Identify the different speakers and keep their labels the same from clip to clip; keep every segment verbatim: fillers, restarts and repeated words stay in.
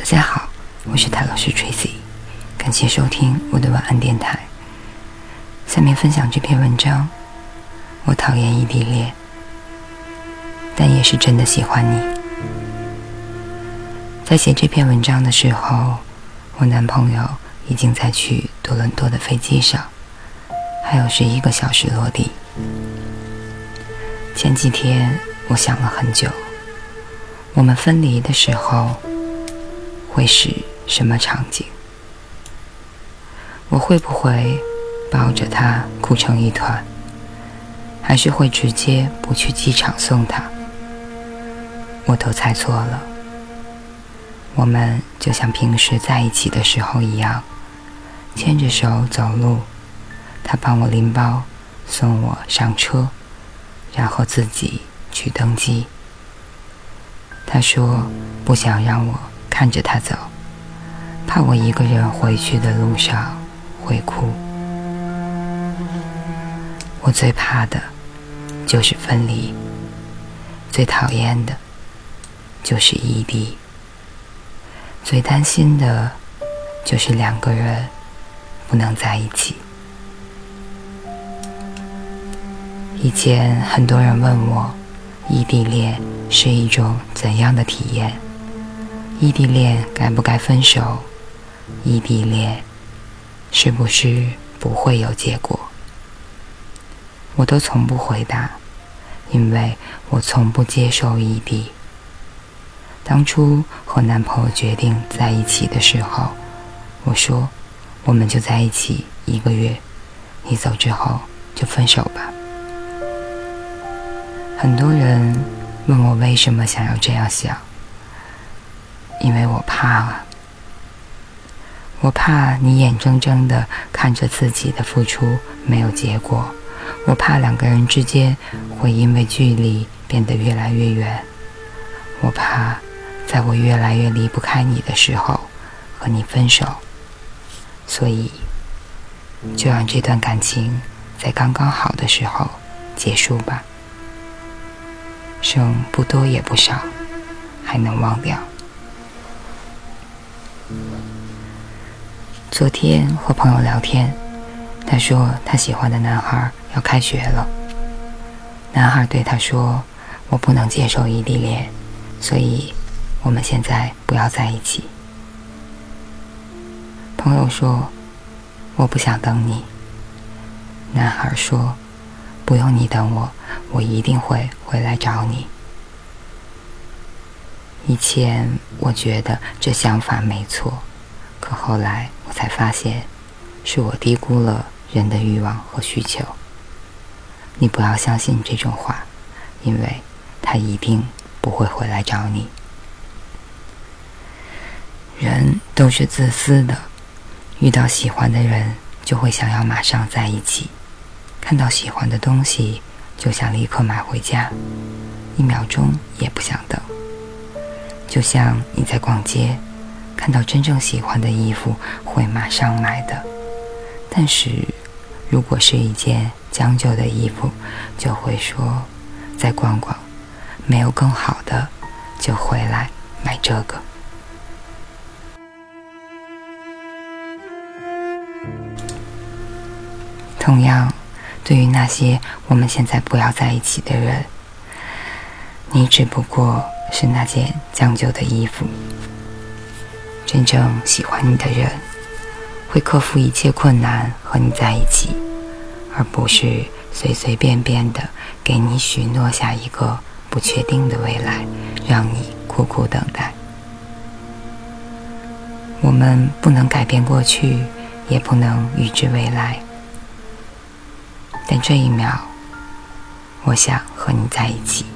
Speaker 1: 家好，我是泰老师 Tracy， 感谢收听我的晚安电台。下面分享这篇文章，我讨厌异地恋，但也是真的喜欢你。在写这篇文章的时候，我男朋友已经在去多伦多的飞机上，还有十一个小时落地。前几天我想了很久，我们分离的时候会是什么场景？我会不会抱着他哭成一团，还是会直接不去机场送他？我都猜错了。我们就像平时在一起的时候一样，牵着手走路，他帮我拎包，送我上车，然后自己去登机。他说不想让我看着他走，怕我一个人回去的路上会哭。我最怕的就是分离，最讨厌的就是异地，最担心的就是两个人不能在一起。以前很多人问我，异地恋是一种怎样的体验？异地恋该不该分手？异地恋是不是不会有结果？我都从不回答，因为我从不接受异地。当初和男朋友决定在一起的时候，我说我们就在一起一个月，你走之后就分手吧。很多人问我为什么想要这样想，因为我怕啊，我怕你眼睁睁地看着自己的付出没有结果，我怕两个人之间会因为距离变得越来越远，我怕在我越来越离不开你的时候和你分手，所以就让这段感情在刚刚好的时候结束吧。剩不多也不少，还能忘掉。昨天和朋友聊天，他说他喜欢的男孩要开学了。男孩对他说，我不能接受异地恋，所以我们现在不要在一起。朋友说，我不想等你。男孩说，不用你等我，我一定会回来找你。以前我觉得这想法没错，可后来我才发现，是我低估了人的欲望和需求。你不要相信这种话，因为他一定不会回来找你。人都是自私的，遇到喜欢的人就会想要马上在一起，看到喜欢的东西就想立刻买回家，一秒钟也不想等。就像你在逛街，看到真正喜欢的衣服会马上买的，但是如果是一件将就的衣服，就会说再逛逛，没有更好的就回来买这个。同样，对于那些我们现在不要在一起的人，你只不过是那件将就的衣服。真正喜欢你的人会克服一切困难和你在一起，而不是随随便便的给你许诺下一个不确定的未来，让你苦苦等待。我们不能改变过去，也不能预知未来，但这一秒，我想和你在一起。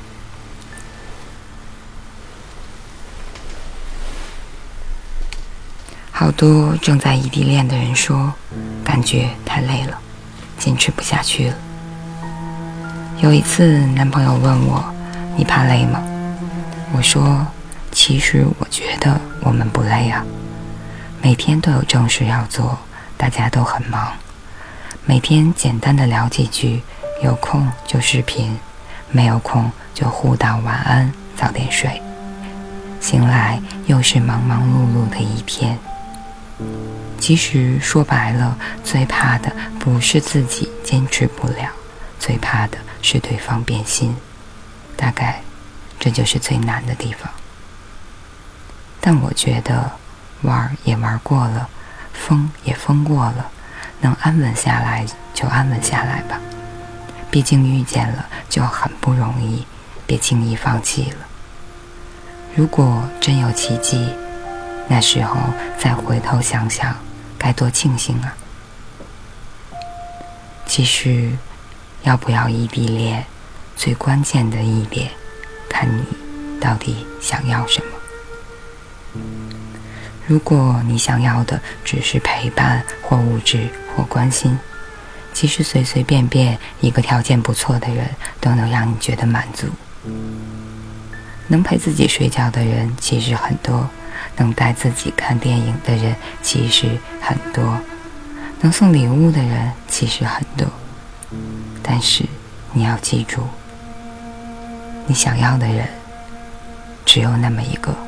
Speaker 1: 好多正在异地恋的人说，感觉太累了，坚持不下去了。有一次，男朋友问我，你怕累吗？我说，其实我觉得我们不累啊，每天都有正事要做，大家都很忙，每天简单的聊几句，有空就视频，没有空就互道晚安，早点睡。 醒来又是忙忙碌碌的一天。其实说白了，最怕的不是自己坚持不了，最怕的是对方变心。大概这就是最难的地方。但我觉得玩也玩过了，疯也疯过了，能安稳下来就安稳下来吧。毕竟遇见了就很不容易，别轻易放弃了。如果真有奇迹，那时候再回头想想，该多庆幸啊！其实，要不要异地恋，最关键的一点，看你到底想要什么。如果你想要的只是陪伴或物质或关心，其实随随便便一个条件不错的人都能让你觉得满足。能陪自己睡觉的人其实很多，能带自己看电影的人其实很多，能送礼物的人其实很多。但是你要记住，你想要的人只有那么一个。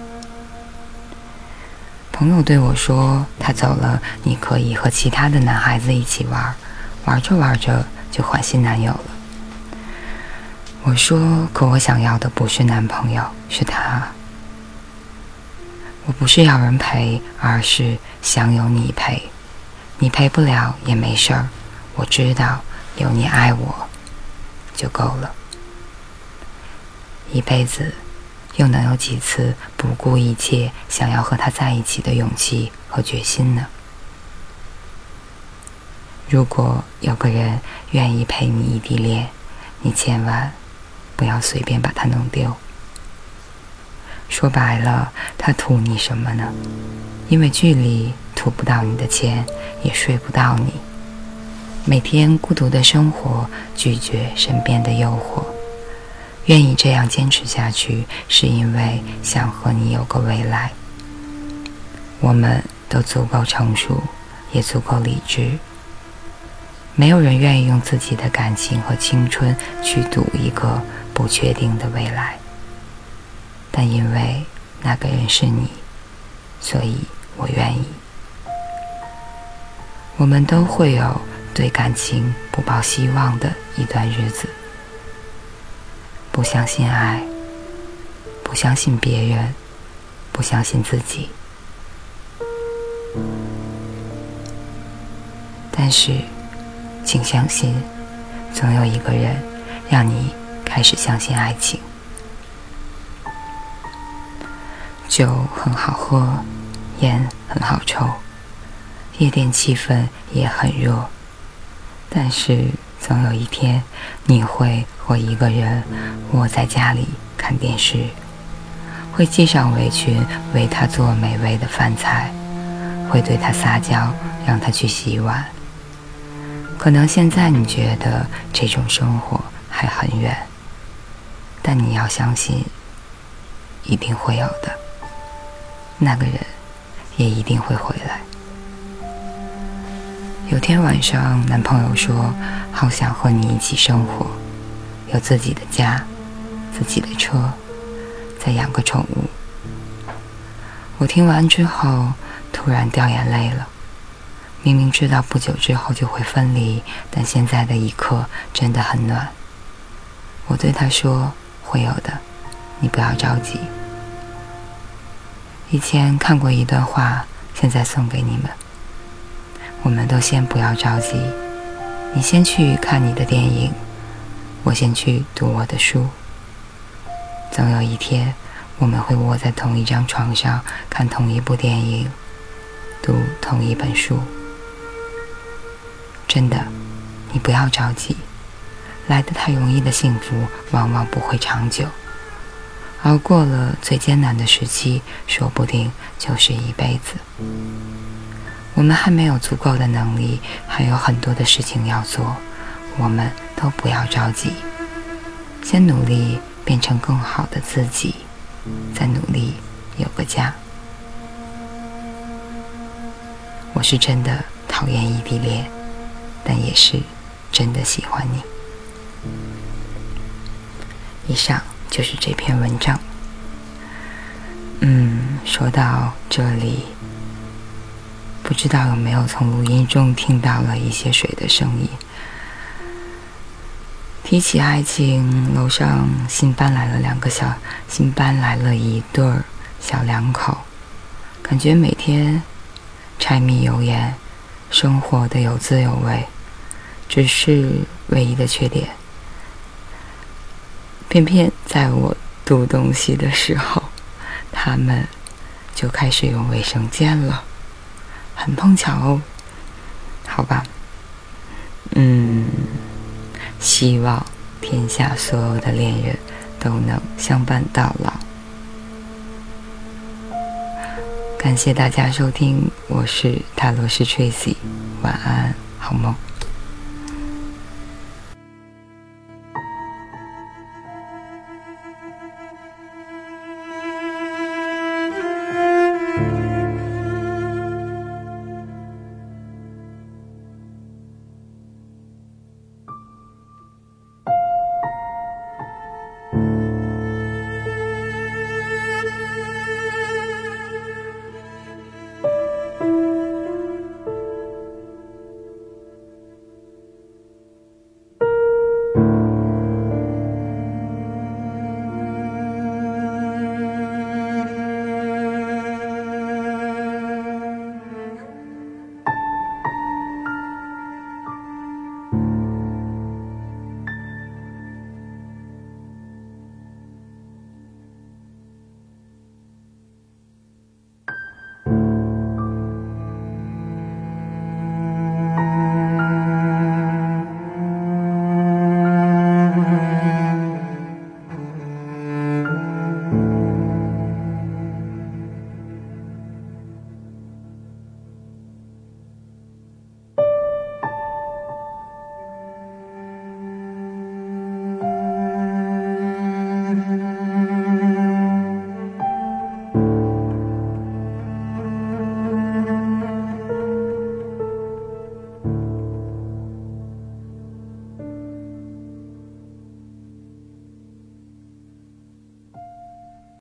Speaker 1: 朋友对我说，他走了，你可以和其他的男孩子一起玩，玩着玩着就换新男友了。我说，可我想要的不是男朋友，是他。我不是要人陪，而是想有你陪。你陪不了也没事儿，我知道有你爱我就够了。一辈子又能有几次不顾一切想要和他在一起的勇气和决心呢？如果有个人愿意陪你异地恋，你千万不要随便把他弄丢。说白了，他图你什么呢？因为距离图不到你的钱，也睡不到你。每天孤独的生活，拒绝身边的诱惑，愿意这样坚持下去，是因为想和你有个未来。我们都足够成熟，也足够理智。没有人愿意用自己的感情和青春去赌一个不确定的未来。但因为那个人是你，所以我愿意。我们都会有对感情不抱希望的一段日子，不相信爱，不相信别人，不相信自己。但是请相信，总有一个人让你开始相信爱情。酒很好喝，烟很好抽，夜店气氛也很热，但是总有一天你会和一个人窝在家里看电视，会系上围裙为他做美味的饭菜，会对他撒娇让他去洗碗。可能现在你觉得这种生活还很远，但你要相信，一定会有的。那个人也一定会回来。有天晚上，男朋友说，好想和你一起生活，有自己的家，自己的车，再养个宠物。我听完之后突然掉眼泪了。明明知道不久之后就会分离，但现在的一刻真的很暖。我对他说，会有的，你不要着急。以前看过一段话，现在送给你们。我们都先不要着急，你先去看你的电影，我先去读我的书。总有一天，我们会窝在同一张床上，看同一部电影，读同一本书。真的，你不要着急，来得太容易的幸福往往不会长久。熬过了最艰难的时期，说不定就是一辈子。我们还没有足够的能力，还有很多的事情要做，我们都不要着急，先努力变成更好的自己，再努力有个家。我是真的讨厌异地恋，但也是真的喜欢你。以上就是这篇文章。 说到这里，不知道有没有从录音中听到了一些水的声音。提起爱情，楼上新搬来了两个小，新搬来了一对儿小两口，感觉每天柴米油盐，生活的有滋有味，只是唯一的缺点，偏偏在我读东西的时候，他们就开始用卫生间了，很碰巧哦。好吧，嗯，希望天下所有的恋人都能相伴到老。感谢大家收听，我是塔罗斯 Tracy， 晚安，好梦。